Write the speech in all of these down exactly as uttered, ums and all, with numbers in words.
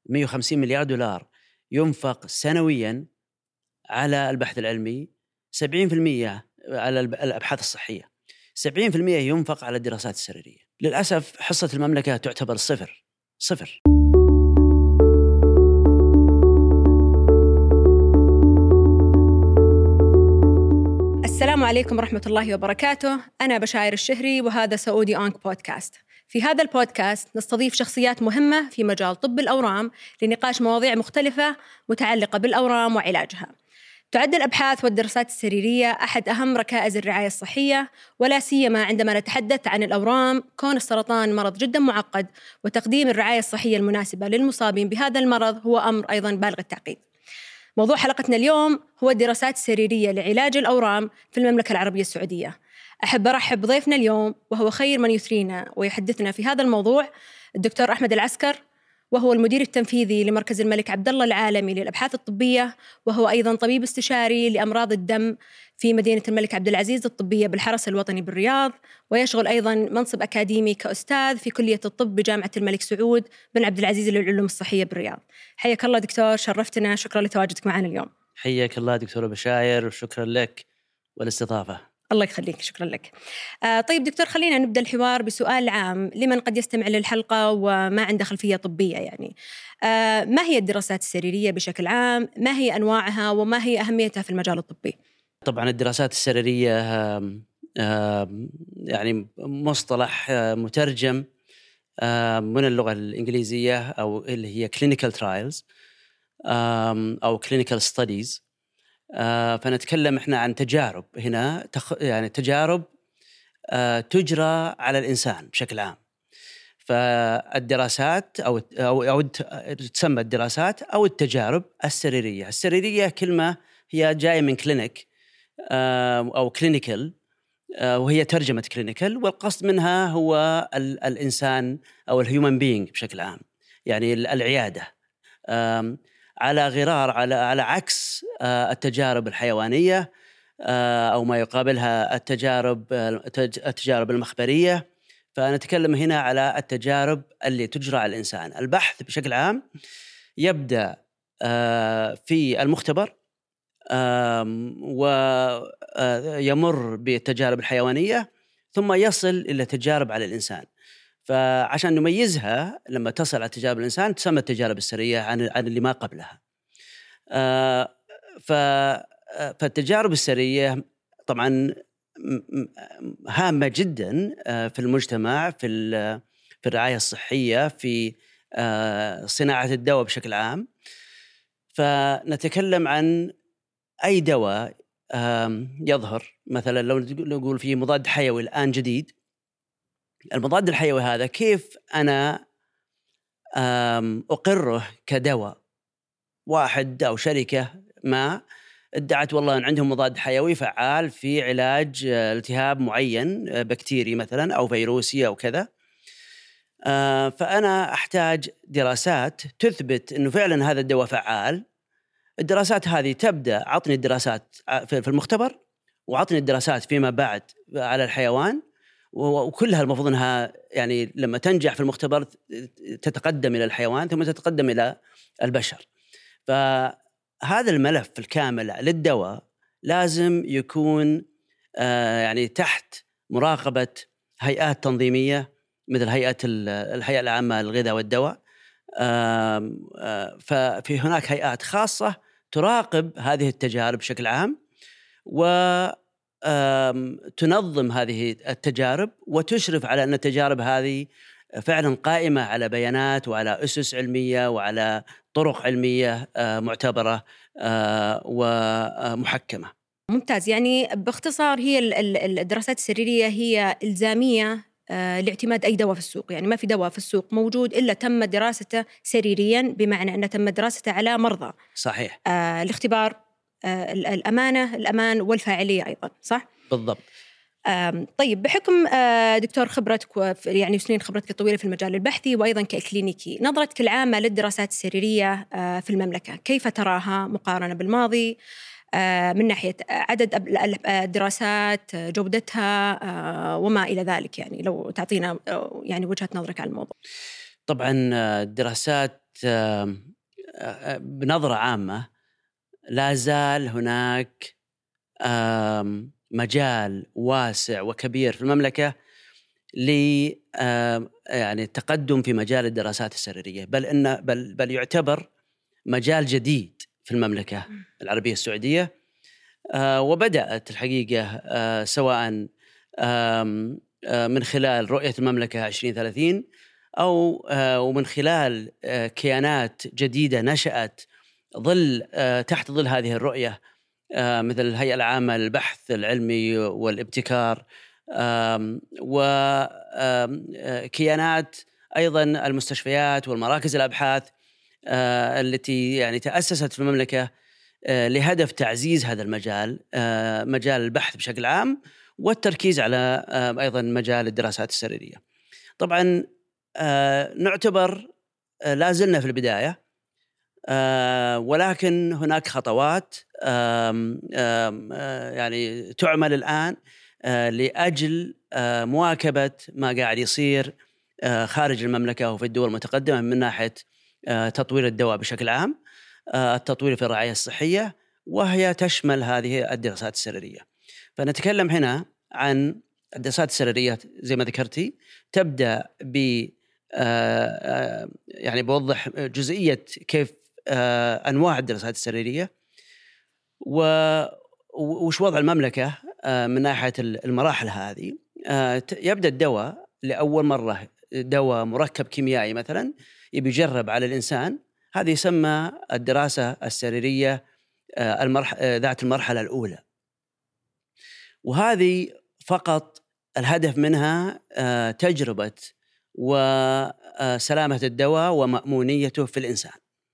مئة وخمسين مليار دولار ينفق سنويا على البحث العلمي، سبعين بالمئة على الأبحاث الصحية، سبعين بالمئة ينفق على الدراسات السريرية. للأسف حصة المملكة تعتبر صفر صفر. السلام عليكم ورحمة الله وبركاته. أنا بشاير الشهري وهذا سعودي أونك بودكاست. في هذا البودكاست نستضيف شخصيات مهمة في مجال طب الأورام لنقاش مواضيع مختلفة متعلقة بالأورام وعلاجها. تعد الأبحاث والدراسات السريرية أحد أهم ركائز الرعاية الصحية، ولا سيما عندما نتحدث عن الأورام، كون السرطان مرض جدا معقد، وتقديم الرعاية الصحية المناسبة للمصابين بهذا المرض هو أمر أيضا بالغ التعقيد. موضوع حلقتنا اليوم هو الدراسات السريرية لعلاج الأورام في المملكة العربية السعودية. أحب أرحب بضيفنا اليوم وهو خير من يثرينا ويحدثنا في هذا الموضوع، الدكتور أحمد العسكر، وهو المدير التنفيذي لمركز الملك عبد الله العالمي للأبحاث الطبية، وهو أيضا طبيب استشاري لأمراض الدم في مدينة الملك عبد العزيز الطبية بالحرس الوطني بالرياض، ويشغل أيضا منصب أكاديمي كأستاذ في كلية الطب بجامعة الملك سعود بن عبد العزيز للعلوم الصحية بالرياض. حياك الله دكتور، شرفتنا، شكرا لتواجدك معنا اليوم. حياك الله دكتورة بشاير، وشكرا لك والاستضافة. الله يخليك، شكرا لك. آه طيب دكتور، خلينا نبدأ الحوار بسؤال عام لمن قد يستمع للحلقة وما عنده خلفية طبية. يعني آه ما هي الدراسات السريرية بشكل عام؟ ما هي أنواعها وما هي أهميتها في المجال الطبي؟ طبعا الدراسات السريرية آه آه يعني مصطلح آه مترجم آه من اللغة الإنجليزية، أو اللي هي clinical trials آه أو clinical studies. آه فنتكلم إحنا عن تجارب هنا، تخ... يعني تجارب آه تجرى على الإنسان بشكل عام. فالدراسات أو أو, أو تسمى الدراسات أو التجارب السريرية. السريرية كلمة هي جاية من كلينيك آه أو كلينيكال، آه وهي ترجمة كلينيكال، والقصد منها هو ال... الإنسان أو الهيومن بينج بشكل عام، يعني العيادة، آه على غرار على على عكس التجارب الحيوانية أو ما يقابلها التجارب التجارب المخبرية. فنتكلم هنا على التجارب اللي تجرى على الإنسان. البحث بشكل عام يبدأ في المختبر ويمر بالتجارب الحيوانية ثم يصل إلى تجارب على الإنسان. فعشان نميزها لما تصل على تجارب الإنسان تسمى التجارب السرية عن عن اللي ما قبلها. آه فالتجارب السرية طبعا هامة جدا في المجتمع، في في الرعاية الصحية، في صناعة الدواء بشكل عام. فنتكلم عن أي دواء يظهر، مثلا لو نقول في مضاد حيوي الآن جديد، المضاد الحيوي هذا كيف أنا أقره كدواء؟ واحد أو شركة ما ادعت والله أن عندهم مضاد حيوي فعال في علاج التهاب معين بكتيري مثلا أو فيروسي أو كذا. فأنا أحتاج دراسات تثبت أنه فعلا هذا الدواء فعال. الدراسات هذه تبدأ عطني الدراسات في المختبر، وعطني الدراسات فيما بعد على الحيوان، وكلها المفروض أنها يعني لما تنجح في المختبر تتقدم إلى الحيوان ثم تتقدم إلى البشر. فهذا الملف الكامل للدواء لازم يكون آه يعني تحت مراقبة هيئات تنظيمية مثل هيئة الهيئة العامة للغذاء والدواء. آه آه ففي هناك هيئات خاصة تراقب هذه التجارب بشكل عام، وتنظم هذه التجارب وتشرف على أن التجارب هذه فعلا قائمة على بيانات وعلى أسس علمية وعلى طرق علمية معتبرة ومحكمة. ممتاز. يعني باختصار هي الدراسات السريرية هي إلزامية لاعتماد أي دواء في السوق. يعني ما في دواء في السوق موجود إلا تم دراسته سريريا، بمعنى أنه تم دراسته على مرضى. صحيح. آه الاختبار، آه الأمانة الأمان والفاعلية أيضا. صح؟ بالضبط. طيب، بحكم دكتور خبرتك يعني سنين خبرتك الطويلة في المجال البحثي وأيضا كإكلينيكي، نظرتك العامة للدراسات السريرية في المملكة كيف تراها مقارنة بالماضي، من ناحية عدد الدراسات، جودتها وما إلى ذلك؟ يعني لو تعطينا يعني وجهة نظرك على الموضوع. طبعا الدراسات بنظرة عامة لا زال هناك مجال واسع وكبير في المملكة ل يعني التقدم في مجال الدراسات السريرية، بل إن بل بل يعتبر مجال جديد في المملكة العربية السعودية. وبدأت الحقيقة سواء من خلال رؤية المملكة عشرين ثلاثين أو ومن خلال كيانات جديدة نشأت ظل تحت ظل هذه الرؤية، مثل الهيئة العامة للبحث العلمي والابتكار، وكيانات أيضا المستشفيات والمراكز الأبحاث التي يعني تأسست في المملكة لهدف تعزيز هذا المجال، مجال البحث بشكل عام، والتركيز على أيضا مجال الدراسات السريرية. طبعا نعتبر لا زلنا في البداية، ولكن هناك خطوات يعني تعمل الآن لأجل مواكبة ما قاعد يصير خارج المملكة وفي الدول المتقدمة من ناحية تطوير الدواء بشكل عام، التطوير في الرعاية الصحية، وهي تشمل هذه الدراسات السريرية. فنتكلم هنا عن الدراسات السريرية زي ما ذكرتي، تبدأ ب يعني بوضح جزئية كيف أنواع الدراسات السريرية وش وضع المملكة من ناحية المراحل هذه. يبدأ الدواء لأول مرة، دواء مركب كيميائي مثلا يبي يجرب على الإنسان، هذه يسمى الدراسة السريرية المرح... ذات المرحلة الأولى، وهذه فقط الهدف منها تجربة وسلامة الدواء ومأمونيته في الإنسان.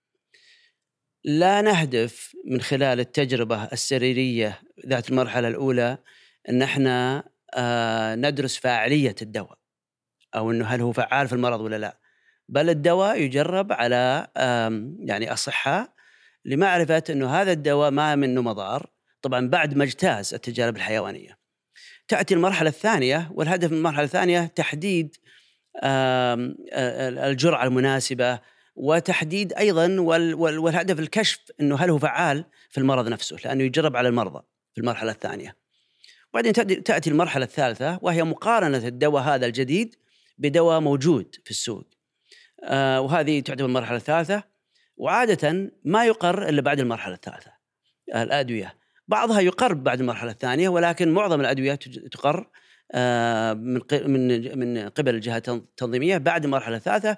لا نهدف من خلال التجربة السريرية ذات المرحلة الأولى أن احنا ندرس فاعلية الدواء أو أنه هل هو فعال في المرض ولا لا، بل الدواء يجرب على يعني أصحاء لمعرفة أنه هذا الدواء ما منه مضار، طبعا بعد ما اجتاز التجارب الحيوانية. تأتي المرحلة الثانية، والهدف من المرحلة الثانية تحديد الجرعة المناسبة، وتحديد أيضا والهدف الكشف أنه هل هو فعال في المرض نفسه، لأنه يجرب على المرضى في المرحلة الثانية. وبعدين تأتي المرحلة الثالثة، وهي مقارنة الدواء هذا الجديد بدواء موجود في السوق، وهذه تعتبر المرحلة الثالثة. وعادة ما يقر إلا بعد المرحلة الثالثة. الأدوية بعضها يقر بعد المرحلة الثانية، ولكن معظم الأدوية تقر من من من قبل الجهات التنظيمية بعد المرحلة الثالثة،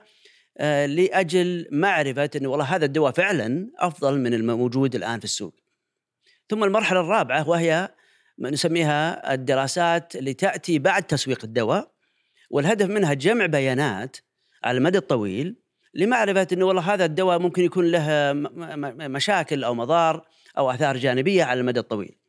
لأجل معرفة أن والله هذا الدواء فعلا أفضل من الموجود الآن في السوق. ثم المرحلة الرابعة، وهي ما نسميها الدراسات اللي تأتي بعد تسويق الدواء، والهدف منها جمع بيانات على المدى الطويل لمعرفة أنه والله هذا الدواء ممكن يكون له مشاكل أو مضار أو آثار جانبية على المدى الطويل.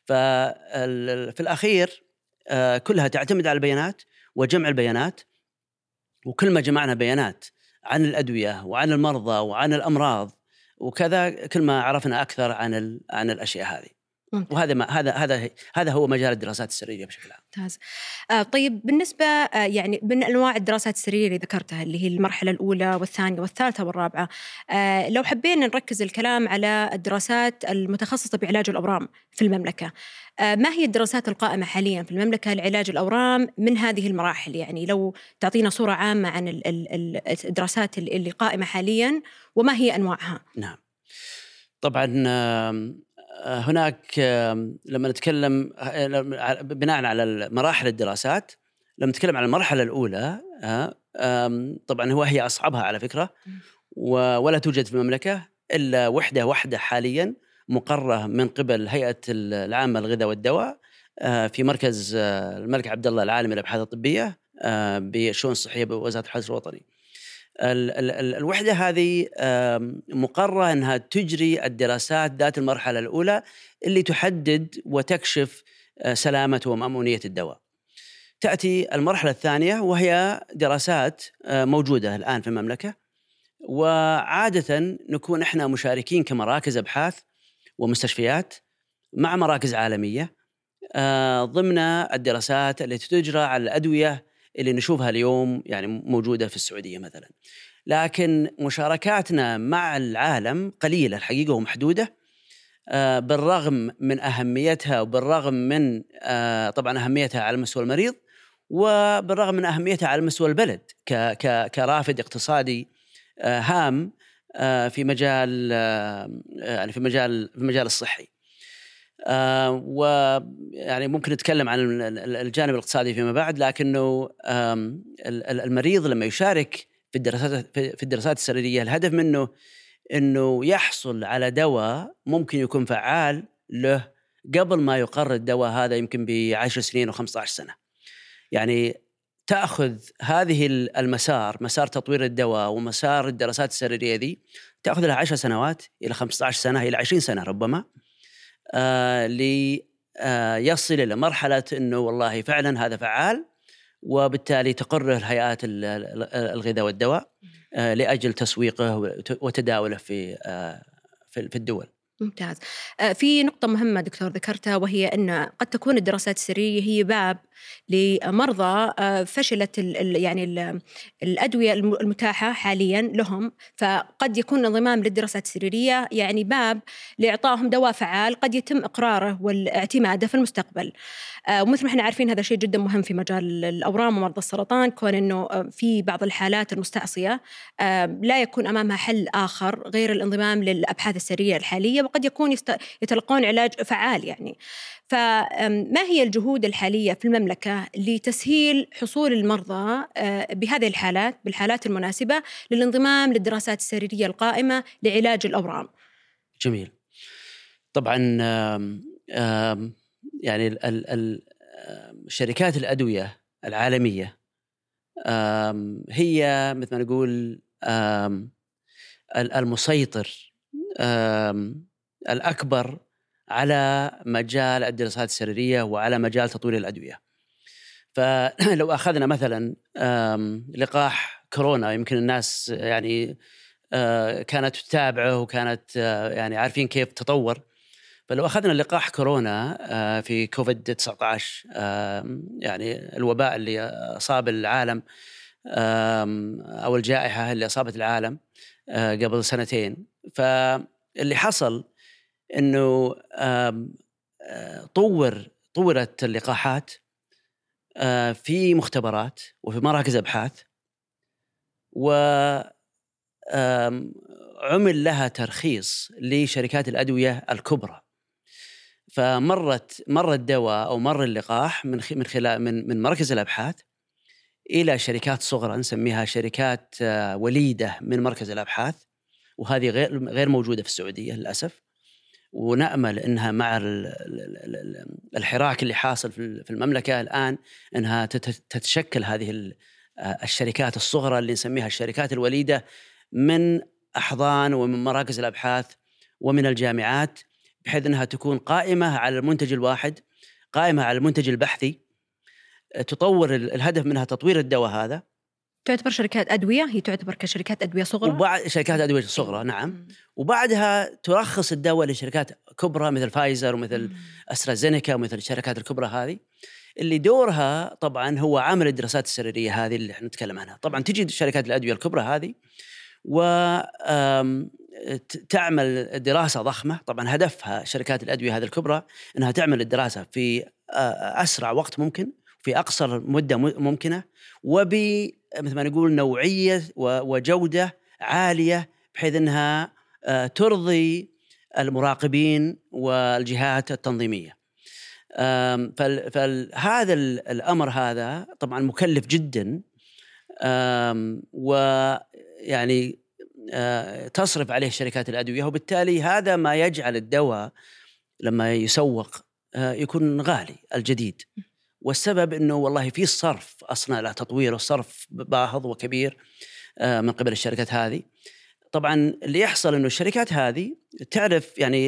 ففي الأخير كلها تعتمد على البيانات وجمع البيانات، وكل ما جمعنا بيانات عن الأدوية وعن المرضى وعن الأمراض وكذا، كل ما عرفنا أكثر عن عن الأشياء هذه. وهذا ما هذا هذا هذا هو مجال الدراسات السريرية بشكل عام. ممتاز. آه طيب بالنسبة آه يعني من أنواع الدراسات السريرية اللي ذكرتها اللي هي المرحلة الأولى والثانية والثالثة والرابعة، آه لو حبينا نركز الكلام على الدراسات المتخصصة بعلاج الأورام في المملكة، آه ما هي الدراسات القائمة حاليا في المملكة لعلاج الأورام من هذه المراحل؟ يعني لو تعطينا صورة عامة عن ال ال الدراسات اللي قائمة حاليا وما هي أنواعها. نعم، طبعا هناك لما نتكلم بناء على مراحل الدراسات، لما نتكلم على المرحلة الأولى طبعا هو هي أصعبها على فكرة، ولا توجد في المملكة إلا وحدة واحدة حاليا مقررة من قبل هيئة العامة للغذاء والدواء في مركز الملك عبد الله العالمي للأبحاث الطبية بالشؤون الصحية بوزارة الحرس الوطني. الوحدة هذه مقررة أنها تجري الدراسات ذات المرحلة الأولى اللي تحدد وتكشف سلامة ومأمونية الدواء. تأتي المرحلة الثانية، وهي دراسات موجودة الآن في المملكة، وعادة نكون إحنا مشاركين كمراكز أبحاث ومستشفيات مع مراكز عالمية ضمن الدراسات التي تجرى على الأدوية اللي نشوفها اليوم يعني موجودة في السعودية مثلا. لكن مشاركاتنا مع العالم قليلة الحقيقة ومحدودة، آه بالرغم من أهميتها وبالرغم من آه طبعا أهميتها على مستوى المريض، وبالرغم من أهميتها على مستوى البلد ك ك كرافد اقتصادي آه هام آه في مجال آه يعني في مجال في المجال الصحي. آه ويعني ممكن نتكلم عن الجانب الاقتصادي فيما بعد، لكنه المريض لما يشارك في الدراسات في الدراسات السريرية الهدف منه إنه يحصل على دواء ممكن يكون فعال له قبل ما يقرر الدواء هذا يمكن بعشر سنين وخمسة عشر سنة. يعني تأخذ هذه المسار مسار تطوير الدواء ومسار الدراسات السريرية دي تأخذ لها عشر سنوات إلى خمسة عشر سنة إلى عشرين سنة ربما، آه ليصل إلى مرحلة إنه والله فعلا هذا فعال، وبالتالي تقرر هيئات الغذاء والدواء آه لأجل تسويقه وتداوله في آه في الدول. ممتاز. في نقطة مهمة دكتور ذكرتها، وهي أن قد تكون الدراسات السريرية هي باب لمرضى فشلت ال يعني ال الأدوية المتاحة حالياً لهم، فقد يكون الانضمام للدراسات السريرية يعني باب لإعطائهم دواء فعال قد يتم إقراره والاعتماده في المستقبل. ومثل ما احنا عارفين هذا شيء جدا مهم في مجال الأورام ومرضى السرطان، كون أنه في بعض الحالات المستعصية لا يكون أمامها حل آخر غير الانضمام للأبحاث السريرية الحالية، وقد يكون يتلقون علاج فعال يعني. فما هي الجهود الحالية في المملكة لتسهيل حصول المرضى بهذه الحالات بالحالات المناسبة للانضمام للدراسات السريرية القائمة لعلاج الأورام؟ جميل. طبعا يعني ال ال شركات الأدوية العالمية هي مثل ما نقول المسيطر الأكبر على مجال الدراسات السريرية وعلى مجال تطوير الأدوية. فلو أخذنا مثلا لقاح كورونا، يمكن الناس يعني كانت تتابعه وكانت يعني عارفين كيف تطور. فلو أخذنا لقاح كورونا في كوفيد تسعة عشر، يعني الوباء اللي أصاب العالم أو الجائحة اللي أصابت العالم قبل سنتين، فاللي حصل إنه طور طورت اللقاحات في مختبرات وفي مراكز أبحاث، وعمل لها ترخيص لشركات الأدوية الكبرى. فمرت مر الدواء أو مر اللقاح من من خلال من من مركز الأبحاث إلى شركات صغرى نسميها شركات وليدة من مركز الأبحاث، وهذه غير غير موجودة في السعودية للأسف. ونأمل إنها مع الحراك اللي حاصل في المملكة الآن إنها تتشكل هذه الشركات الصغرى اللي نسميها الشركات الوليدة من أحضان ومن مراكز الأبحاث ومن الجامعات، بحيث أنها تكون قائمة على المنتج الواحد، قائمة على المنتج البحثي، تطور الهدف منها تطوير الدواء هذا. تعتبر شركات أدوية، هي تعتبر كشركات أدوية صغرى، وبعد شركات أدوية صغرى نعم، وبعدها ترخص الدواء لشركات كبرى مثل فايزر ومثل أسترازينيكا ومثل الشركات الكبرى هذه، اللي دورها طبعا هو عمل الدراسات السريرية هذه اللي احنا نتكلم عنها. طبعا تجي شركات الأدوية الكبرى هذه وتعمل دراسة ضخمة. طبعا هدفها شركات الأدوية هذه الكبرى أنها تعمل الدراسة في أسرع وقت ممكن، في أقصر مدة ممكنة، وب مثل ما نقول نوعية وجودة عالية، بحيث أنها ترضي المراقبين والجهات التنظيمية. فهذا الأمر هذا طبعا مكلف جدا، ويعني تصرف عليه شركات الأدوية، وبالتالي هذا ما يجعل الدواء لما يسوق يكون غالي الجديد. والسبب أنه والله في صرف أصلا على تطوير، والصرف باهظ وكبير من قبل الشركات هذه. طبعا اللي يحصل أنه الشركات هذه تعرف يعني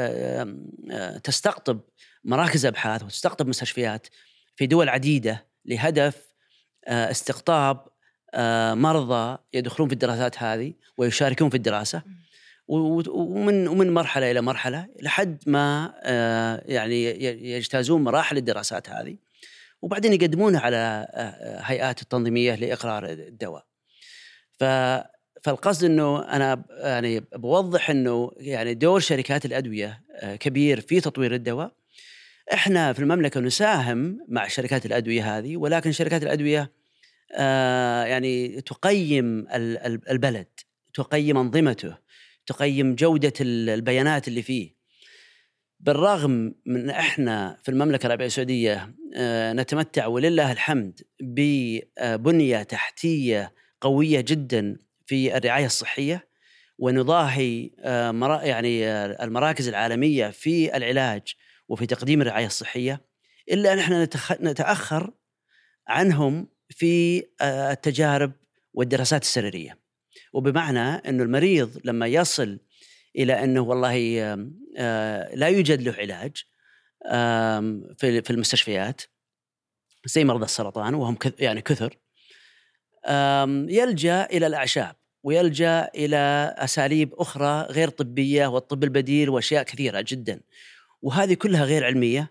تستقطب مراكز أبحاث وتستقطب مستشفيات في دول عديدة لهدف استقطاب مرضى يدخلون في الدراسات هذه ويشاركون في الدراسة، ومن ومن مرحلة إلى مرحلة لحد ما يعني يجتازون مراحل الدراسات هذه، وبعدين يقدمونها على هيئات التنظيمية لإقرار الدواء. فالقصد أنه أنا يعني بوضح أنه يعني دور شركات الأدوية كبير في تطوير الدواء. إحنا في المملكة نساهم مع شركات الأدوية هذه، ولكن شركات الأدوية يعني تقيم البلد، تقيم أنظمته، تقيم جودة البيانات اللي فيه. بالرغم من إحنا في المملكة العربية السعودية نتمتع ولله الحمد ببنية تحتية قوية جدا في الرعاية الصحية، ونضاهي يعني المراكز العالمية في العلاج وفي تقديم الرعاية الصحية، إلا أن إحنا نتأخر عنهم في التجارب والدراسات السريرية. وبمعنى أنه المريض لما يصل إلى أنه والله لا يوجد له علاج في المستشفيات زي مرضى السرطان وهم يعني كثر، يلجأ إلى الأعشاب ويلجأ إلى أساليب أخرى غير طبية والطب البديل وأشياء كثيرة جدا، وهذه كلها غير علمية.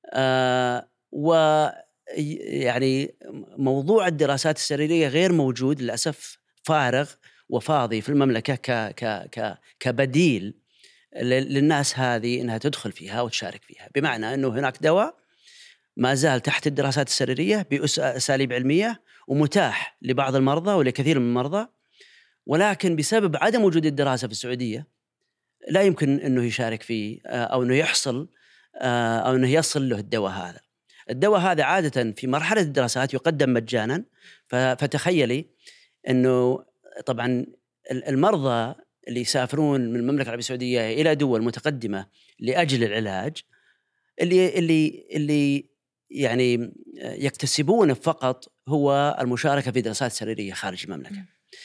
ويعني موضوع الدراسات السريرية غير موجود للأسف، فارغ وفاضي في المملكة ك ك ك كبديل للناس هذه إنها تدخل فيها وتشارك فيها. بمعنى أنه هناك دواء ما زال تحت الدراسات السريرية بأساليب علمية ومتاح لبعض المرضى ولكثير من المرضى، ولكن بسبب عدم وجود الدراسة في السعودية لا يمكن أنه يشارك فيه أو أنه يحصل أو أنه يصل له الدواء هذا. الدواء هذا عادة في مرحلة الدراسات يقدم مجانا، فتخيلي أنه طبعا المرضى اللي يسافرون من المملكة العربية السعودية إلى دول متقدمة لأجل العلاج اللي اللي اللي يعني يكتسبون فقط هو المشاركة في دراسات سريرية خارج المملكة،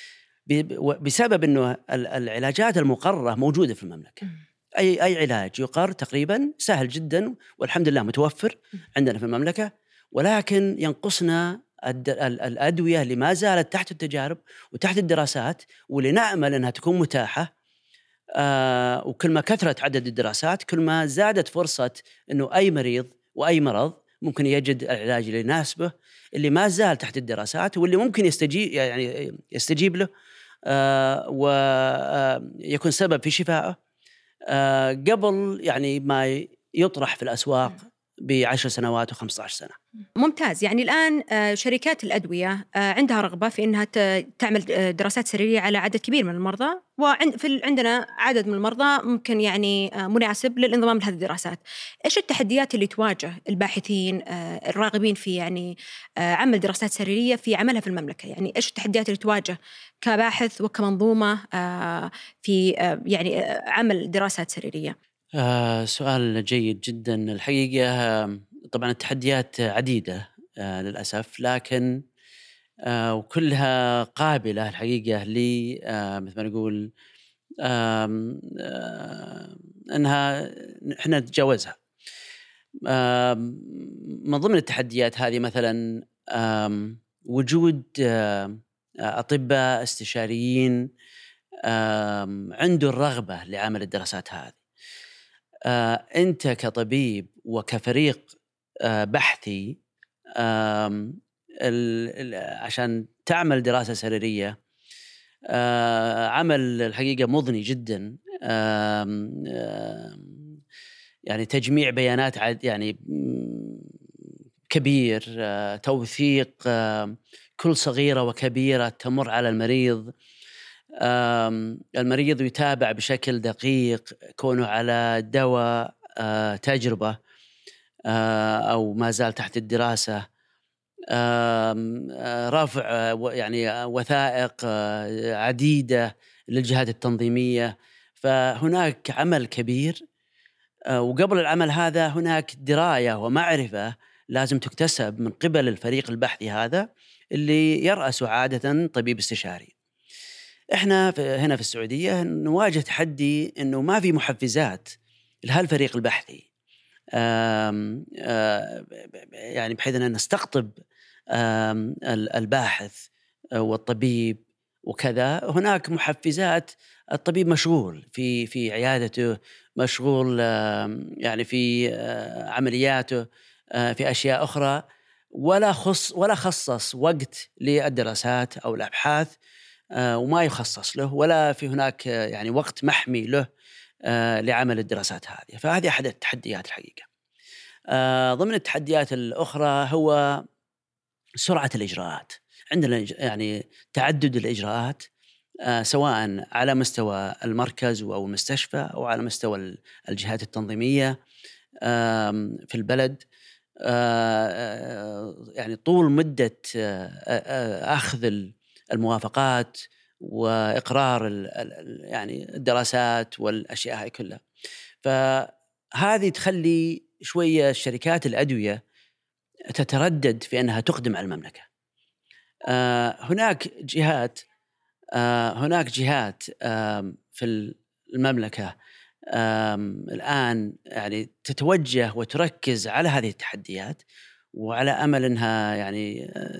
بسبب أنه العلاجات المقررة موجودة في المملكة. أي أي علاج يقر تقريبا سهل جدا والحمد لله متوفر عندنا في المملكة، ولكن ينقصنا الأدوية اللي ما زالت تحت التجارب وتحت الدراسات، واللي نأمل أنها تكون متاحة. آه وكل ما كثرت عدد الدراسات كل ما زادت فرصة أنه أي مريض وأي مرض ممكن يجد العلاج اللي يناسبه، اللي ما زال تحت الدراسات واللي ممكن يستجيب يعني يستجيب له آه ويكون سبب في شفائه آه قبل يعني ما يطرح في الأسواق بعشر سنوات وخمسة عشر سنة. ممتاز. يعني الآن شركات الأدوية عندها رغبة في أنها تعمل دراسات سريرية على عدد كبير من المرضى، وعندنا عدد من المرضى ممكن يعني مناسب للانضمام لهذه الدراسات. إيش التحديات اللي تواجه الباحثين الراغبين في يعني عمل دراسات سريرية في عملها في المملكة؟ يعني إيش التحديات اللي تواجه كباحث وكمنظومة في يعني عمل دراسات سريرية؟ آه سؤال جيد جدا. الحقيقة طبعا التحديات عديدة آه للأسف، لكن آه وكلها قابلة الحقيقة لي آه مثل ما نقول آه آه أنها إحنا نتجاوزها. آه من ضمن التحديات هذه مثلا آه وجود آه أطباء استشاريين آه عنده الرغبة لعمل الدراسات هذه. آه، أنت كطبيب وكفريق آه، بحثي آه، عشان تعمل دراسة سريرية آه، عمل الحقيقة مضني جدا. آه، آه، يعني تجميع بيانات عد يعني كبير، آه، توثيق آه، كل صغيرة وكبيرة تمر على المريض. المريض يتابع بشكل دقيق، كونه على دواء تجربة أو ما زال تحت الدراسة، رفع يعني وثائق عديدة للجهات التنظيمية. فهناك عمل كبير، وقبل العمل هذا هناك دراية ومعرفة لازم تكتسب من قبل الفريق البحثي هذا اللي يرأسه عادة طبيب استشاري. إحنا هنا في السعودية نواجه تحدي إنه ما في محفزات لهالفريق البحثي، آم آم يعني بحيث أن نستقطب الباحث والطبيب وكذا. هناك محفزات، الطبيب مشغول في في عيادته، مشغول يعني في عملياته، في أشياء أخرى، ولا خص ولا خصص وقت للدراسات أو الأبحاث. وما يخصص له ولا في هناك يعني وقت محمي له لعمل الدراسات هذه. فهذه أحد التحديات الحقيقة. ضمن التحديات الأخرى هو سرعة الإجراءات. عندنا يعني تعدد الإجراءات سواء على مستوى المركز أو المستشفى أو على مستوى الجهات التنظيمية في البلد. يعني طول مدة أخذ الموافقات وإقرار يعني الدراسات والأشياء هاي كلها، فهذه تخلي شوية شركات الأدوية تتردد في أنها تقدم على المملكة. هناك جهات هناك جهات في المملكة الآن يعني تتوجه وتركز على هذه التحديات، وعلى أمل أنها يعني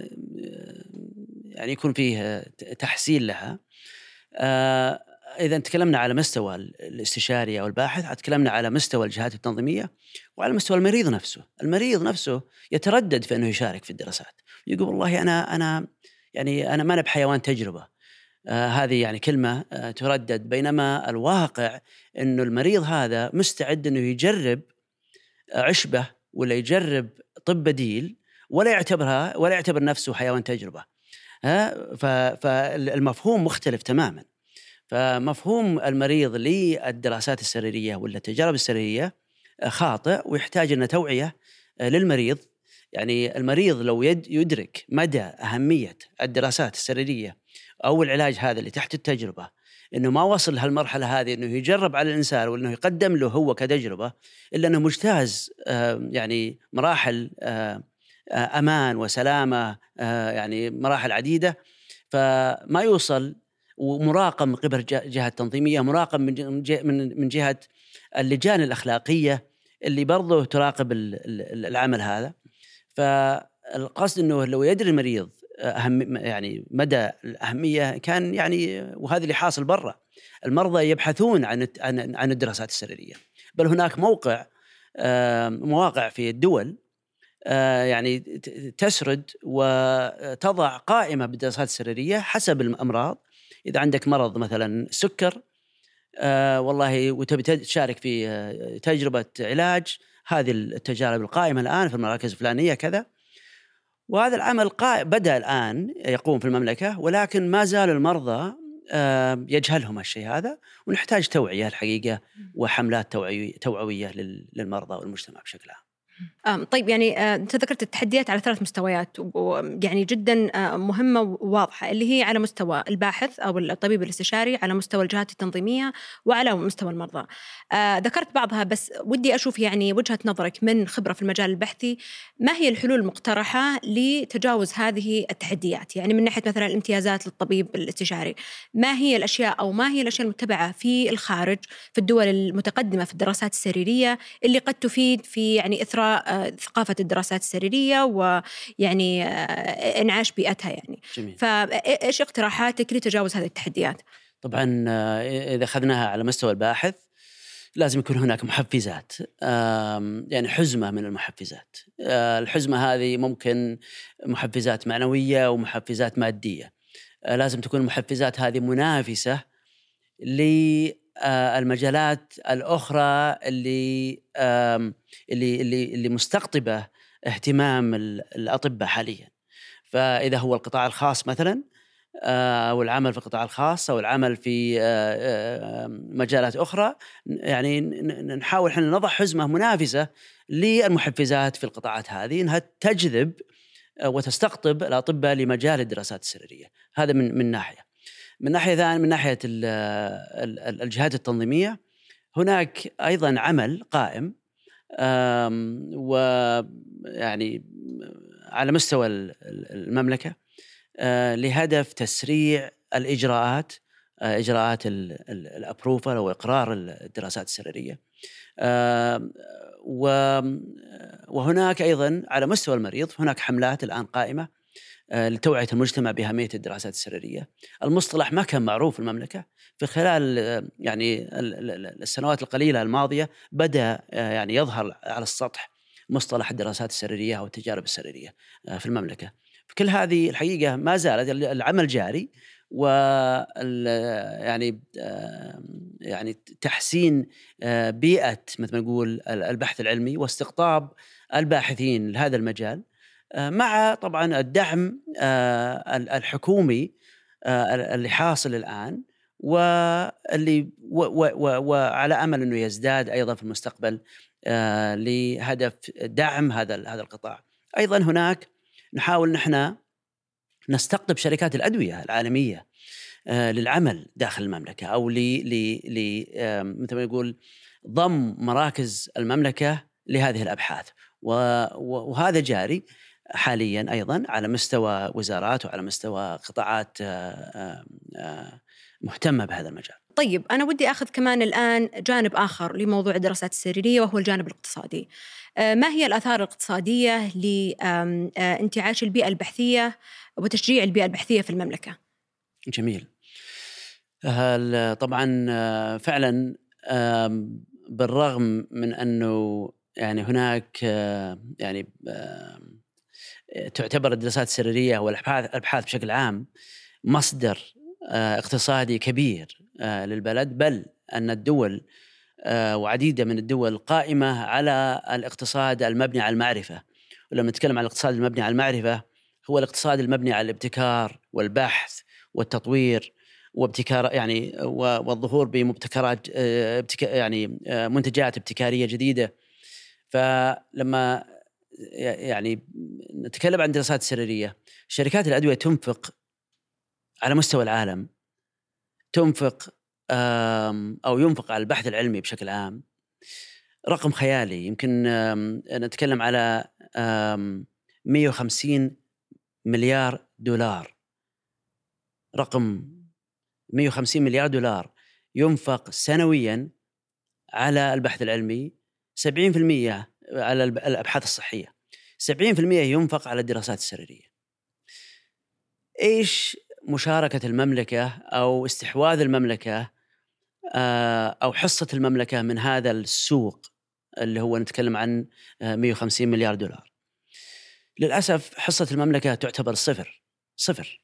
يعني يكون فيه تحسين لها. إذا تكلمنا على مستوى الاستشاري أو الباحث، تكلمنا على مستوى الجهات التنظيمية وعلى مستوى المريض نفسه. المريض نفسه يتردد في أنه يشارك في الدراسات، يقول والله أنا أنا يعني أنا ما أنا بحيوان تجربة. آه هذه يعني كلمة آه تردد، بينما الواقع أنه المريض هذا مستعد أنه يجرب عشبة ولا يجرب طب بديل، ولا يعتبرها ولا يعتبر نفسه حيوان تجربة. فالمفهوم مختلف تماما. فمفهوم المريض للدراسات السريرية ولا التجارب السريرية خاطئ، ويحتاج أن توعية للمريض. يعني المريض لو يدرك مدى أهمية الدراسات السريرية أو العلاج هذا اللي تحت التجربة، إنه ما وصل لهالمرحلة هذه إنه يجرب على الإنسان وإنه يقدم له هو كتجربة، إلا أنه مجتاز يعني مراحل أمان وسلامة، يعني مراحل عديدة، فما يوصل، ومراقم من قبل جهة تنظيمية، مراقم من من جهة اللجان الأخلاقية اللي برضو تراقب العمل هذا. فالقصد إنه لو يدري المريض أهم يعني مدى الأهمية كان يعني، وهذا اللي حاصل برا، المرضى يبحثون عن عن الدراسات السريرية، بل هناك موقع مواقع في الدول يعني تسرد وتضع قائمة بالدراسات السريرية حسب الأمراض. إذا عندك مرض مثلا سكر آه والله وتبي تشارك في آه تجربة علاج، هذه التجارب القائمة الآن في المراكز الفلانية كذا. وهذا العمل قائم بدأ الآن يقوم في المملكة، ولكن ما زال المرضى آه يجهلهم الشيء هذا، ونحتاج توعية الحقيقة وحملات توعوية توعوية للمرضى والمجتمع بشكل عام. طيب يعني أنت ذكرت التحديات على ثلاث مستويات، ويعني جدا مهمة وواضحة، اللي هي على مستوى الباحث أو الطبيب الاستشاري، على مستوى الجهات التنظيمية، وعلى مستوى المرضى. ذكرت بعضها، بس ودي أشوف يعني وجهة نظرك من خبرة في المجال البحثي، ما هي الحلول المقترحة لتجاوز هذه التحديات؟ يعني من ناحية مثلا الامتيازات للطبيب الاستشاري، ما هي الأشياء أو ما هي الأشياء المتبعة في الخارج في الدول المتقدمة في الدراسات السريرية اللي قد تفيد في يعني إثراء ثقافة الدراسات السريرية ويعني إنعاش بيئتها يعني. جميل. فإيش اقتراحاتك لتجاوز هذه التحديات؟ طبعا إذا أخذناها على مستوى الباحث لازم يكون هناك محفزات، يعني حزمة من المحفزات. الحزمة هذه ممكن محفزات معنوية ومحفزات مادية. لازم تكون المحفزات هذه منافسة للمجالات الأخرى اللي اللي اللي اللي مستقطبة اهتمام الأطباء حاليا. فإذا هو القطاع الخاص مثلا، أو العمل في القطاع الخاص أو العمل في مجالات أخرى، يعني نحاول إحنا نضع حزمة منافسة للمحفزات في القطاعات هذه، إنها تجذب وتستقطب الأطباء لمجال الدراسات السريرية. هذا من من ناحية. من ناحية ثانية، من ناحية الجهات التنظيمية، هناك أيضا عمل قائم ويعني على مستوى المملكة لهدف تسريع الإجراءات، إجراءات الأبروفال أو إقرار الدراسات السريرية. وهناك أيضا على مستوى المريض هناك حملات الآن قائمة لتوعية المجتمع بأهمية الدراسات السريرية. المصطلح ما كان معروف في المملكة، في خلال يعني السنوات القليلة الماضية بدأ يعني يظهر على السطح مصطلح الدراسات السريرية أو التجارب السريرية في المملكة. كل هذه الحقيقة ما زالت العمل جاري، و يعني يعني تحسين بيئة مثل ما نقول البحث العلمي واستقطاب الباحثين لهذا المجال، مع طبعا الدعم الحكومي اللي حاصل الآن، واللي وعلى أمل أنه يزداد أيضا في المستقبل لهدف دعم هذا هذا القطاع. أيضا هناك نحاول نحن نستقطب شركات الأدوية العالمية للعمل داخل المملكة، أو ل ل مثل ما يقول ضم مراكز المملكة لهذه الأبحاث، وهذا جاري حاليا أيضا على مستوى وزارات وعلى مستوى قطاعات مهتمة بهذا المجال. طيب أنا ودي أخذ كمان الآن جانب آخر لموضوع الدراسات السريرية، وهو الجانب الاقتصادي. ما هي الآثار الاقتصادية لانتعاش البيئة البحثية وتشجيع البيئة البحثية في المملكة؟ جميل. طبعا فعلا بالرغم من أنه يعني هناك يعني تعتبر الدراسات السريرية والأبحاث بشكل عام مصدر اقتصادي كبير للبلد، بل أن الدول وعديدة من الدول قائمة على الاقتصاد المبني على المعرفة. ولما نتكلم عن الاقتصاد المبني على المعرفة، هو الاقتصاد المبني على الابتكار والبحث والتطوير وابتكار يعني والظهور بمبتكرات يعني منتجات ابتكارية جديدة. فلما يعني نتكلم عن دراسات سريرية، شركات الأدوية تنفق على مستوى العالم، تنفق أو ينفق على البحث العلمي بشكل عام رقم خيالي. يمكن نتكلم على مئة وخمسين مليار دولار، رقم مئة وخمسين مليار دولار ينفق سنويا على البحث العلمي، سبعين بالمئة على الأبحاث الصحية، سبعين بالمئة ينفق على الدراسات السريرية. إيش مشاركة المملكة أو استحواذ المملكة أو حصة المملكة من هذا السوق اللي هو نتكلم عن مئة وخمسين مليار دولار؟ للأسف حصة المملكة تعتبر صفر صفر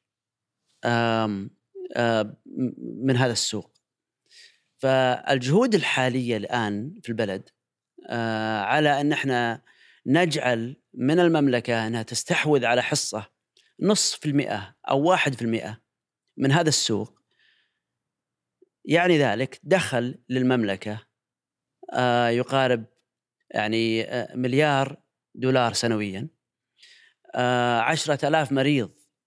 من هذا السوق. فالجهود الحالية الآن في البلد على أن احنا نجعل من المملكة أنها تستحوذ على حصة نصف في المئة أو واحد في المئة من هذا السوق، يعني ذلك دخل للمملكة يقارب يعني مليار دولار سنويا. عشرة آلاف مريض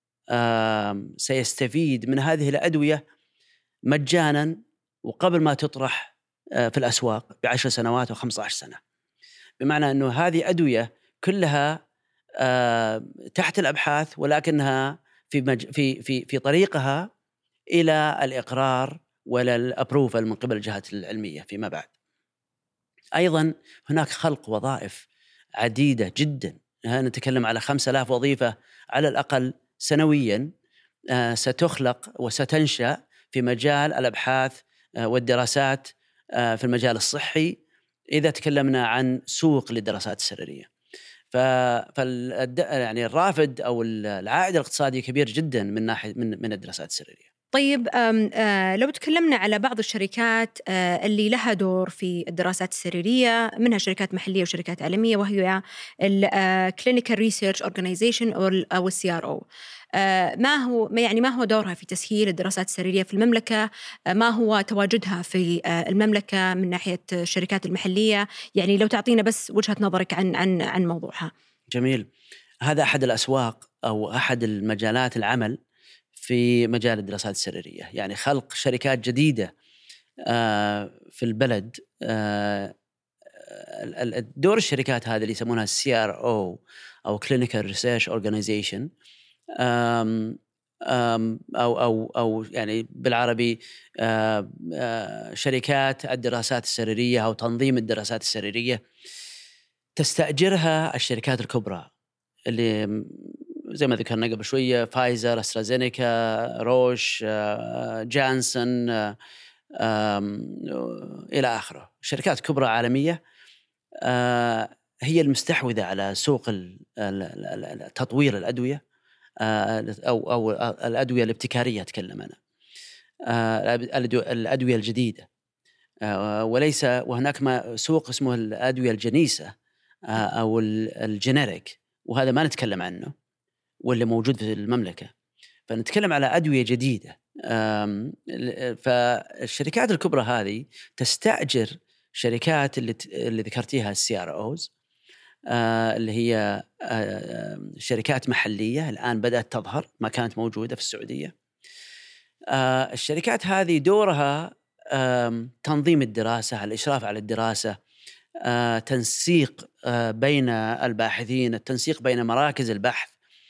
سيستفيد من هذه الأدوية مجانا وقبل ما تطرح في الأسواق بعشر سنوات أو خمسة عشر سنة. بمعنى أنه هذه أدوية كلها تحت الأبحاث، ولكنها في مج... في في في طريقها إلى الإقرار ولا الأبروفل من قبل الجهات العلمية فيما بعد. أيضا هناك خلق وظائف عديدة جدا، نتكلم على خمسة آلاف وظيفة على الأقل سنويا ستخلق وستنشأ في مجال الأبحاث والدراسات في المجال الصحي، إذا تكلمنا عن سوق للدراسات السريرية. فال يعني الرافد أو العائد الاقتصادي كبير جدا من ناحية من من الدراسات السريرية. طيب لو تكلمنا على بعض الشركات اللي لها دور في الدراسات السريرية، منها شركات محلية وشركات عالمية، وهي ال Clinical Research Organization أو ال سي آر أو. ما هو يعني ما هو دورها في تسهيل الدراسات السريرية في المملكة؟ ما هو تواجدها في المملكة من ناحية الشركات المحلية؟ يعني لو تعطينا بس وجهة نظرك عن عن عن موضوعها. جميل. هذا أحد الأسواق أو أحد المجالات العمل في مجال الدراسات السريرية، يعني خلق شركات جديدة في البلد. دور الشركات هذه اللي يسمونها سي آر أو أو Clinical Research Organization أو أو أو يعني بالعربي شركات الدراسات السريرية أو تنظيم الدراسات السريرية، تستأجرها الشركات الكبرى اللي زي ما ذكرنا قبل شوية، فايزر، أسترازينيكا، روش، جانسون إلى آخره. شركات كبرى عالمية هي المستحوذة على سوق تطوير الأدوية أو أو الأدوية الابتكارية أتكلم أنا، الأدوية الجديدة، وليس وهناك ما سوق اسمه الأدوية الجنيسة أو الجينيريك، وهذا ما نتكلم عنه واللي موجود في المملكة، فنتكلم على أدوية جديدة. فالشركات الكبرى هذه تستأجر شركات اللي اللي ذكرتيها السي ار اوز، اللي هي شركات محلية الآن بدأت تظهر، ما كانت موجودة في السعودية. الشركات هذه دورها تنظيم الدراسة، الإشراف على الدراسة، تنسيق بين الباحثين، التنسيق بين مراكز البحث،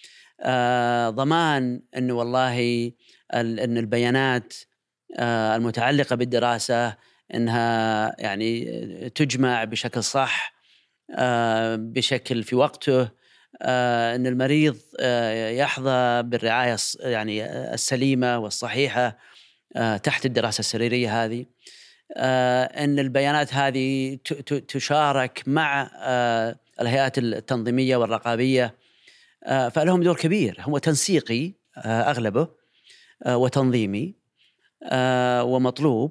ضمان أنه والله أن البيانات المتعلقة بالدراسة أنها يعني تجمع بشكل صح، بشكل في وقته، أن المريض يحظى بالرعاية يعني السليمة والصحيحة تحت الدراسة السريرية هذه، أن البيانات هذه تشارك مع الهيئات التنظيمية والرقابية. فلهم دور كبير، هو تنسيقي أغلبه وتنظيمي ومطلوب،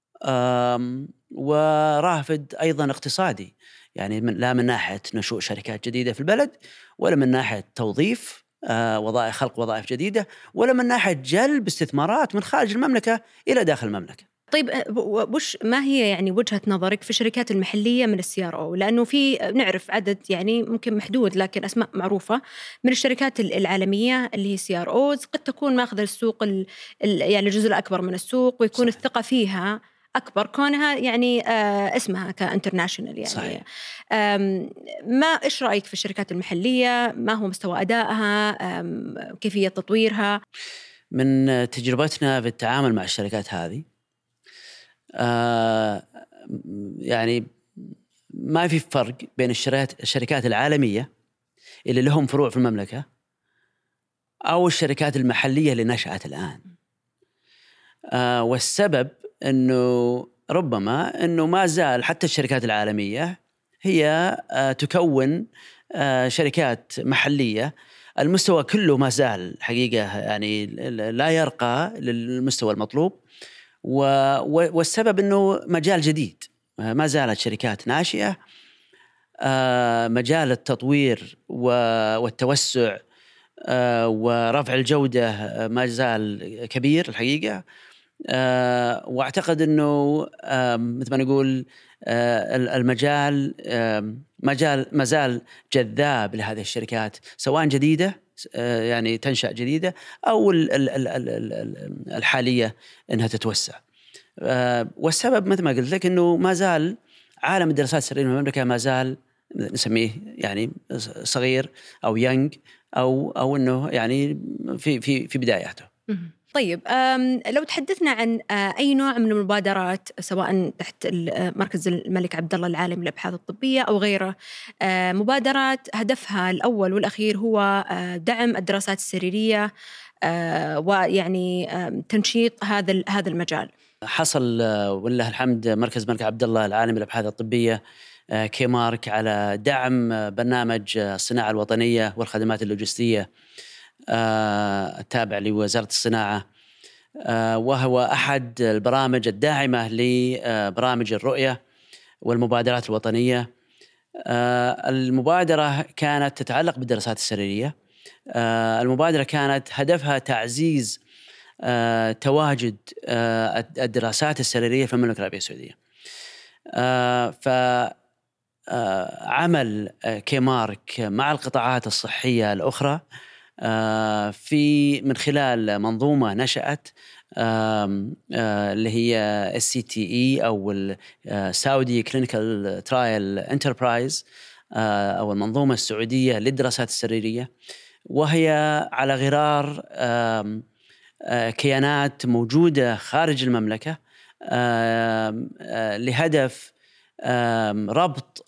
ورافد أيضا اقتصادي، يعني من لا من ناحية نشوء شركات جديدة في البلد، ولا من ناحية توظيف وظائف، خلق وظائف جديدة، ولا من ناحية جلب استثمارات من خارج المملكة إلى داخل المملكة. طيب وش ما هي يعني وجهة نظرك في الشركات المحلية من السي ار او؟ لأنه في نعرف عدد يعني ممكن محدود لكن أسماء معروفة من الشركات العالمية اللي هي سي ار اوز، قد تكون ماخذة السوق ال يعني الجزء الأكبر من السوق، ويكون صحيح. الثقة فيها أكبر كونها يعني آه اسمها كانترناشنال يعني صحيح. ما إيش رأيك في الشركات المحلية؟ ما هو مستوى أدائها؟ كيفية تطويرها؟ من تجربتنا في التعامل مع الشركات هذه، آه يعني ما في فرق بين الشركات العالمية اللي لهم فروع في المملكة أو الشركات المحلية اللي نشأت الآن. آه والسبب أنه ربما أنه ما زال حتى الشركات العالمية هي آه تكون آه شركات محلية، المستوى كله ما زال حقيقة يعني لا يرقى للمستوى المطلوب، والسبب أنه مجال جديد، ما زالت شركات ناشئة، مجال التطوير والتوسع ورفع الجودة ما زال كبير الحقيقة. وأعتقد أنه مثل ما نقول المجال مجال ما زال جذاب لهذه الشركات، سواء جديدة يعني تنشأ جديدة أو الحالية أنها تتوسع. والسبب مثل ما قلت لك أنه ما زال عالم الدراسات السريرية في المملكة ما زال نسميه يعني صغير أو ينج أو أو أنه يعني في في في بداياته. طيب لو تحدثنا عن أي نوع من المبادرات سواء تحت مركز الملك عبد الله العالمي للأبحاث الطبية أو غيره، مبادرات هدفها الأول والأخير هو دعم الدراسات السريرية ويعني تنشيط هذا هذا المجال. حصل ولله الحمد مركز الملك عبد الله العالمي للأبحاث الطبية كيمارك على دعم برنامج الصناعة الوطنية والخدمات اللوجستية التابع لوزارة الصناعة، وهو أحد البرامج الداعمة لبرامج الرؤية والمبادرات الوطنية. المبادرة كانت تتعلق بالدراسات السريرية. المبادرة كانت هدفها تعزيز تواجد الدراسات السريرية في المملكة العربية السعودية. فعمل كيمارك مع القطاعات الصحية الأخرى في من خلال منظومة نشأت اللي هي إس سي تي إي أو السعودي كلينيكال ترايل انتربرايز أو المنظومة السعودية للدراسات السريرية، وهي على غرار كيانات موجودة خارج المملكة لهدف ربط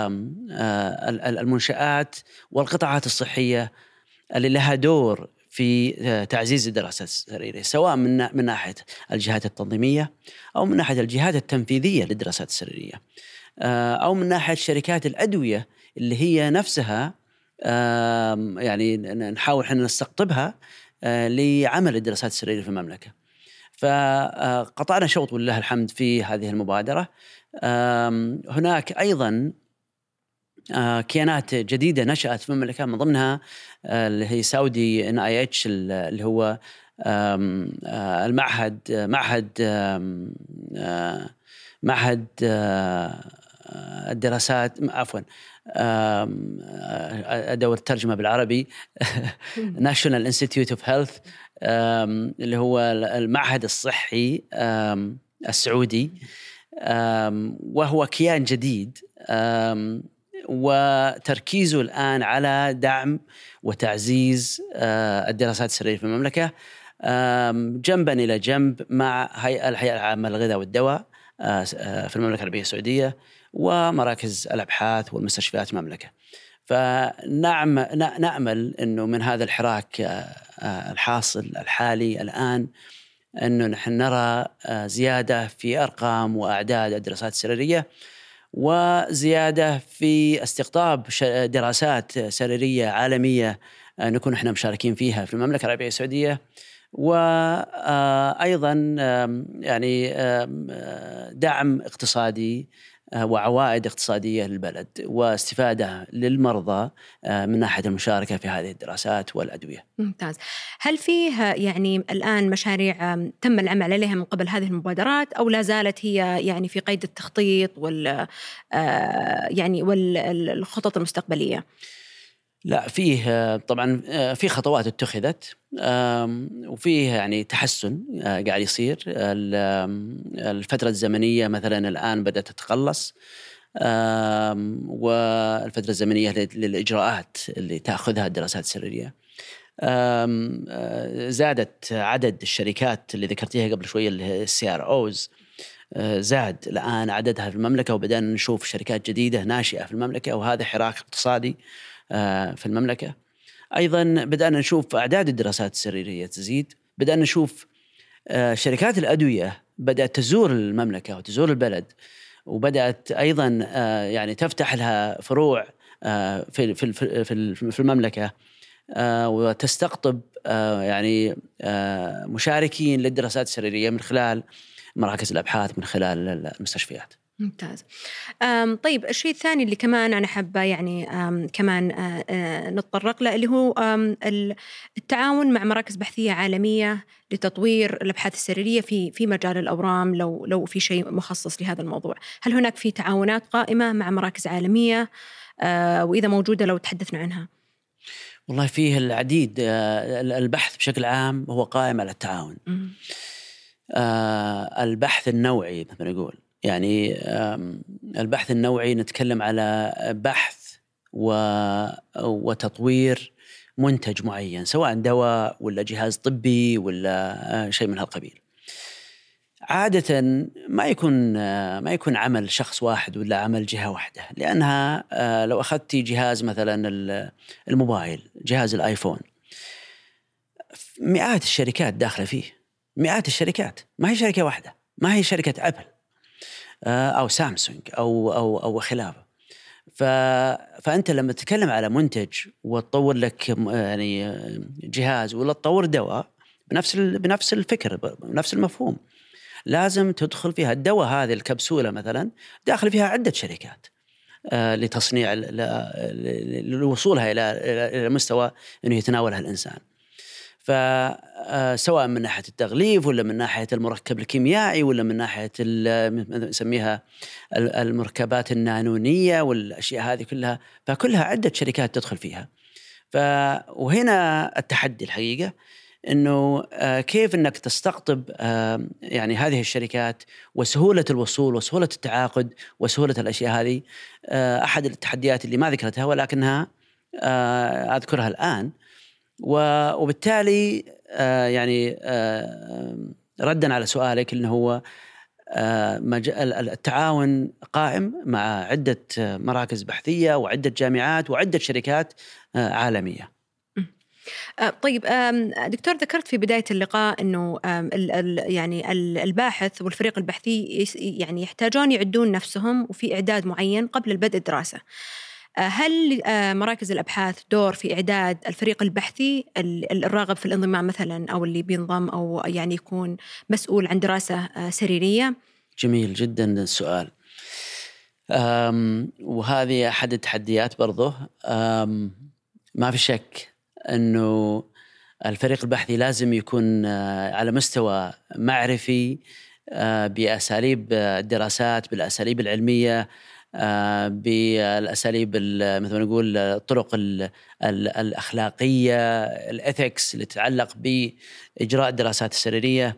المنشآت والقطاعات الصحية اللي لها دور في تعزيز الدراسات السريرية، سواء من من ناحية الجهات التنظيمية أو من ناحية الجهات التنفيذية للدراسات السريرية، أو من ناحية شركات الأدوية اللي هي نفسها يعني نحاول إحنا نستقطبها لعمل الدراسات السريرية في المملكة. فقطعنا شوط ولله الحمد في هذه المبادرة. هناك أيضا كيانات جديدة نشأت في المملكة، من ضمنها اللي هي سعودي إن آي إتش، اللي هو المعهد معهد معهد الدراسات عفوا أدور الترجمة بالعربي National Institute of Health، اللي هو المعهد الصحي السعودي، وهو كيان جديد وتركيزه الآن على دعم وتعزيز الدراسات السريرية في المملكة جنبا إلى جنب مع هيئة الهيئة العامة للغذاء والدواء في المملكة العربية السعودية ومراكز الأبحاث والمستشفيات في المملكة. فنعم نأمل أنه من هذا الحراك الحاصل الحالي الآن أنه نحن نرى زيادة في أرقام وأعداد الدراسات السريرية، وزيادة في استقطاب دراسات سريرية عالمية نكون احنا مشاركين فيها في المملكة العربية السعودية، وأيضا يعني دعم اقتصادي وعوائد اقتصادية للبلد واستفادة للمرضى من ناحية المشاركة في هذه الدراسات والأدوية. ممتاز. هل فيه يعني الآن مشاريع تم العمل عليها من قبل هذه المبادرات، أو لا زالت هي يعني في قيد التخطيط وال يعني والخطط المستقبلية؟ لا، فيه طبعا في خطوات اتخذت وفيه يعني تحسن قاعد يصير. الفترة الزمنية مثلا الآن بدأت تتقلص، والفترة الزمنية للإجراءات اللي تأخذها الدراسات السريرية زادت. عدد الشركات اللي ذكرتيها قبل شوية اللي هي السي آر أوز زاد الآن عددها في المملكة، وبدأنا نشوف شركات جديدة ناشئة في المملكة، وهذا حراك اقتصادي في المملكة. أيضا بدأنا نشوف أعداد الدراسات السريرية تزيد، بدأنا نشوف شركات الأدوية بدأت تزور المملكة وتزور البلد، وبدأت أيضا يعني تفتح لها فروع في في في المملكة وتستقطب يعني مشاركين للدراسات السريرية من خلال مراكز الأبحاث، من خلال المستشفيات. ممتاز. طيب الشيء الثاني اللي كمان أنا حابة يعني كمان نتطرق له اللي هو التعاون مع مراكز بحثية عالمية لتطوير الأبحاث السريرية في في مجال الأورام. لو لو في شيء مخصص لهذا الموضوع، هل هناك في تعاونات قائمة مع مراكز عالمية؟ وإذا موجودة لو تحدثنا عنها. والله فيه العديد. البحث بشكل عام هو قائم على التعاون. البحث النوعي مثل ما نقول، يعني البحث النوعي نتكلم على بحث وتطوير منتج معين، سواء دواء ولا جهاز طبي ولا شيء من هالقبيل. عادة ما يكون ما يكون عمل شخص واحد ولا عمل جهة واحدة، لأنها لو أخذتي جهاز مثلا الموبايل، جهاز الآيفون، مئات الشركات داخلة فيه، مئات الشركات، ما هي شركة واحدة، ما هي شركة أبل أو سامسونج أو أو أو خلافه. ف فأنت لما تتكلم على منتج وتطور لك يعني جهاز ولا تطور دواء بنفس بنفس الفكر بنفس المفهوم، لازم تدخل فيها. الدواء هذه الكبسولة مثلا داخل فيها عدة شركات لتصنيع لوصولها إلى إلى مستوى إنه يتناولها الإنسان. فسواء من ناحية التغليف ولا من ناحية المركب الكيميائي ولا من ناحية نسميها المركبات النانونية والأشياء هذه كلها، فكلها عدة شركات تدخل فيها. ف وهنا التحدي الحقيقة إنه كيف إنك تستقطب يعني هذه الشركات وسهولة الوصول وسهولة التعاقد وسهولة الأشياء هذه. أحد التحديات اللي ما ذكرتها ولكنها أذكرها الآن، وبالتالي يعني ردًا على سؤالك إنه هو التعاون قائم مع عدة مراكز بحثية وعدة جامعات وعدة شركات عالمية. طيب دكتور، ذكرت في بداية اللقاء إنه يعني الباحث والفريق البحثي يعني يحتاجون يعدون نفسهم وفي إعداد معين قبل البدء الدراسة. هل مراكز الأبحاث دور في إعداد الفريق البحثي الراغب في الانضمام مثلا، أو اللي بينضم أو يعني يكون مسؤول عن دراسة سريرية؟ جميل جدا السؤال. وهذه أحد التحديات برضه. ما في شك أنه الفريق البحثي لازم يكون على مستوى معرفي بأساليب الدراسات، بالأساليب العلمية، بالأساليب مثل ما نقول الطرق الأخلاقية، الإثكس اللي تتعلق بإجراء الدراسات السريرية.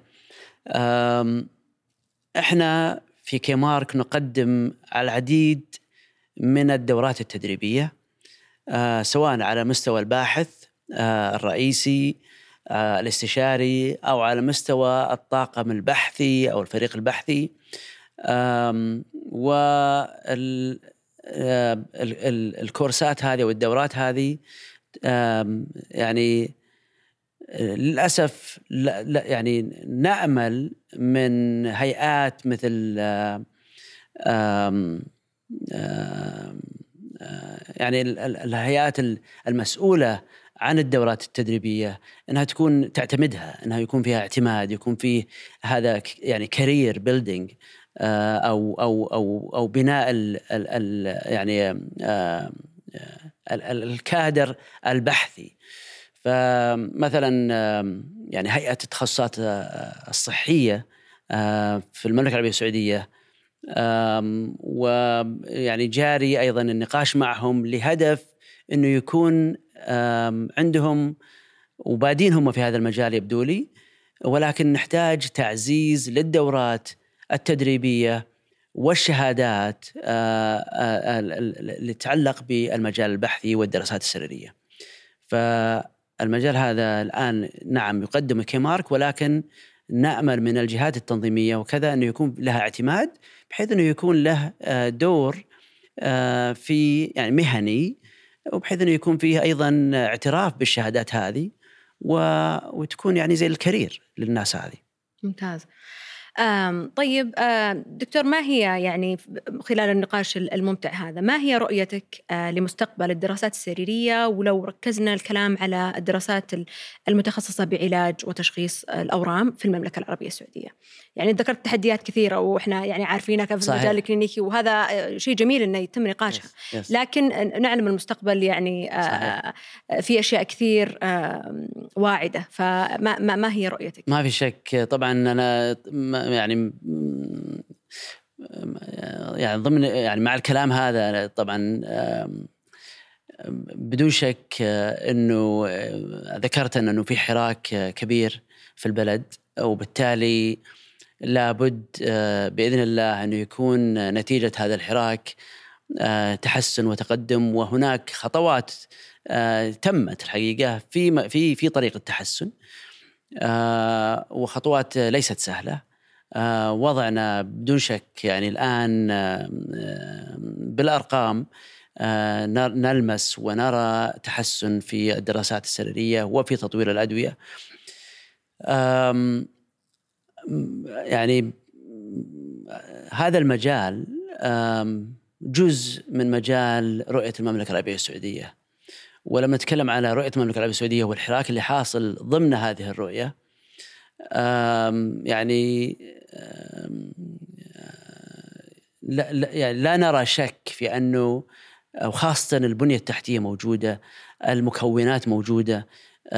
إحنا في كيمارك نقدم العديد من الدورات التدريبية، سواء على مستوى الباحث الرئيسي الاستشاري، أو على مستوى الطاقم البحثي أو الفريق البحثي. والكورسات هذه والدورات هذه يعني للأسف لا لا يعني نأمل من هيئات مثل آم آم يعني الهيئات المسؤولة عن الدورات التدريبية أنها تكون تعتمدها، أنها يكون فيها اعتماد، يكون فيه هذا يعني كارير بيلدينج أو أو أو أو بناء ال ال يعني الكادر البحثي. فمثلا يعني هيئة التخصصات الصحية في المملكة العربية السعودية، ويعني جاري أيضا النقاش معهم لهدف أنه يكون عندهم وبادين هم في هذا المجال يبدو لي، ولكن نحتاج تعزيز للدورات التدريبية والشهادات اللي تتعلق بالمجال البحثي والدراسات السريرية. فالمجال هذا الآن نعم يقدم كيمارك، ولكن نأمل من الجهات التنظيمية وكذا أنه يكون لها اعتماد، بحيث أنه يكون له دور في يعني مهني، وبحيث أنه يكون فيه أيضا اعتراف بالشهادات هذه وتكون يعني زي الكارير للناس هذه. ممتاز. طيب دكتور، ما هي يعني خلال النقاش الممتع هذا ما هي رؤيتك لمستقبل الدراسات السريرية، ولو ركزنا الكلام على الدراسات المتخصصة بعلاج وتشخيص الأورام في المملكة العربية السعودية؟ يعني ذكرت تحديات كثيرة وإحنا يعني عارفينها في المجال الكلينيكي، وهذا شيء جميل إنه يتم نقاشها. yes, yes. لكن نعلم المستقبل يعني صحيح. في أشياء كثير واعدة، فما ما, ما هي رؤيتك؟ ما في شك طبعا. أنا يعني يعني ضمن يعني مع الكلام هذا طبعا بدون شك أنه ذكرت أنه في حراك كبير في البلد، وبالتالي لابد بإذن الله أنه يكون نتيجة هذا الحراك تحسن وتقدم، وهناك خطوات تمت الحقيقة في في في طريق التحسن، وخطوات ليست سهلة. وضعنا بدون شك يعني الآن بالأرقام نلمس ونرى تحسن في الدراسات السريرية وفي تطوير الأدوية. يعني هذا المجال جزء من مجال رؤية المملكة العربية السعودية، ولما نتكلم على رؤية المملكة العربية السعودية والحراك اللي حاصل ضمن هذه الرؤية، يعني لا, لا, يعني لا نرى شك في أنه وخاصة البنية التحتية موجودة، المكونات موجودة،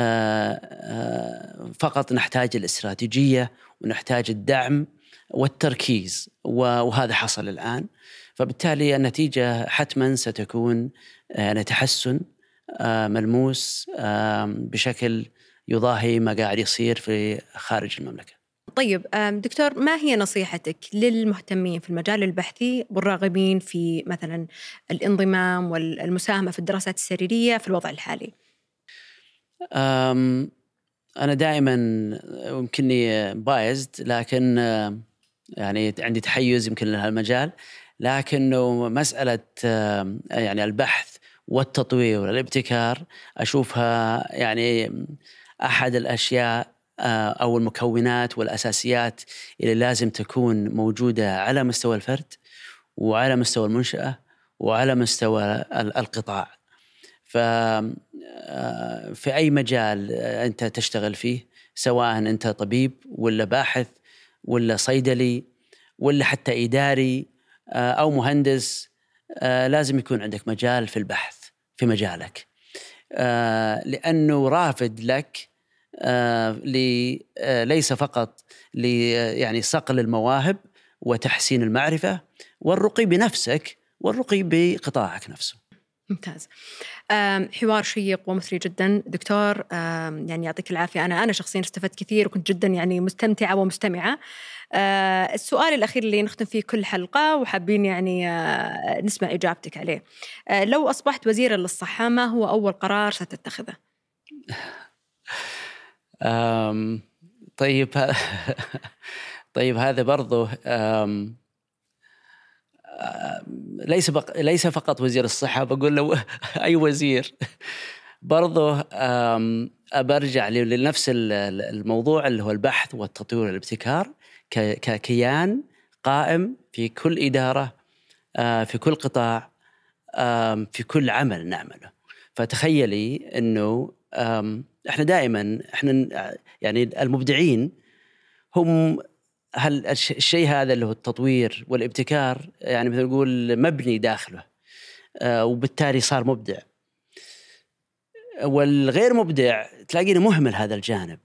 فقط نحتاج الاستراتيجية ونحتاج الدعم والتركيز، وهذا حصل الآن. فبالتالي النتيجة حتما ستكون يعني تحسن ملموس بشكل يضاهي ما قاعد يصير في خارج المملكة. طيب دكتور، ما هي نصيحتك للمهتمين في المجال البحثي والراغبين في مثلا الانضمام والمساهمة في الدراسات السريرية في الوضع الحالي؟ أنا دائما يمكنني بايزد، لكن يعني عندي تحيز يمكن لهالمجال، لكنه مسألة يعني البحث والتطوير والابتكار أشوفها يعني أحد الأشياء أو المكونات والأساسيات اللي لازم تكون موجودة على مستوى الفرد وعلى مستوى المنشأة وعلى مستوى القطاع. ففي أي مجال أنت تشتغل فيه، سواء أنت طبيب ولا باحث ولا صيدلي ولا حتى إداري أو مهندس، لازم يكون عندك مجال في البحث في مجالك، لأنه رافد لك ليس فقط يعني صقل المواهب وتحسين المعرفة والرقي بنفسك والرقي بقطاعك نفسه. ممتاز. حوار شيق ومثري جدا دكتور، يعني يعطيك العافية. أنا أنا شخصيا استفدت كثير وكنت جدا يعني مستمتعة ومستمعة. السؤال الأخير اللي نختم فيه كل حلقة وحابين يعني نسمع إجابتك عليه، لو أصبحت وزيرا للصحة ما هو أول قرار ستتخذه؟ طيب طيب هذا برضو ليس بق... ليس فقط وزير الصحة، بقول له أي وزير برضه أبرجع لنفس الموضوع اللي هو البحث والتطوير والابتكار ككيان قائم في كل إدارة، في كل قطاع، في كل عمل نعمله. فتخيلي إنه إحنا دائما إحنا يعني المبدعين هم هل الشيء هذا اللي هو التطوير والابتكار، يعني مثل نقول مبني داخله، وبالتالي صار مبدع. والغير مبدع تلاقينه مهمل هذا الجانب.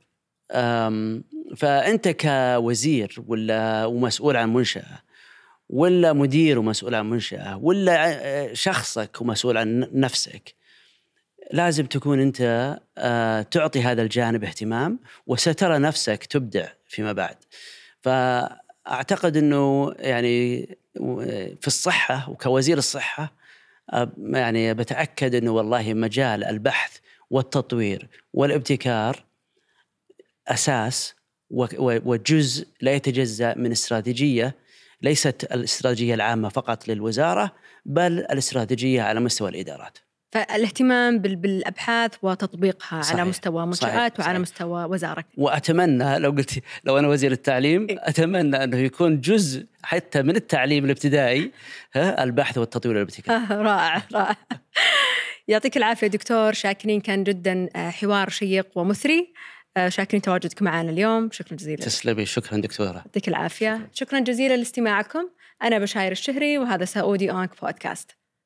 فأنت كوزير ولا ومسؤول عن منشأة، ولا مدير ومسؤول عن منشأة، ولا شخصك ومسؤول عن نفسك، لازم تكون أنت تعطي هذا الجانب اهتمام، وسترى نفسك تبدع فيما بعد. فأعتقد أنه يعني في الصحة وكوزير الصحة يعني بتأكد أنه والله مجال البحث والتطوير والابتكار أساس وجزء لا يتجزأ من استراتيجية، ليست الاستراتيجية العامة فقط للوزارة، بل الاستراتيجية على مستوى الإدارات. فالاهتمام بالأبحاث وتطبيقها صحيح. على مستوى منشآت وعلى صحيح. مستوى وزارة. وأتمنى لو قلت لو أنا وزير التعليم أتمنى أنه يكون جزء حتى من التعليم الابتدائي ها البحث والتطوير والابتكار. رائع رائع. يعطيك العافية دكتور، شاكرين، كان جدا حوار شيق ومثري. شاكرين تواجدك معنا اليوم، شكرا جزيلا. تسلمي، شكرا دكتورة. يعطيك العافية. شكرا. شكرا جزيلا لاستماعكم. أنا بشاير الشهري وهذا سعودي أونك بودكاست.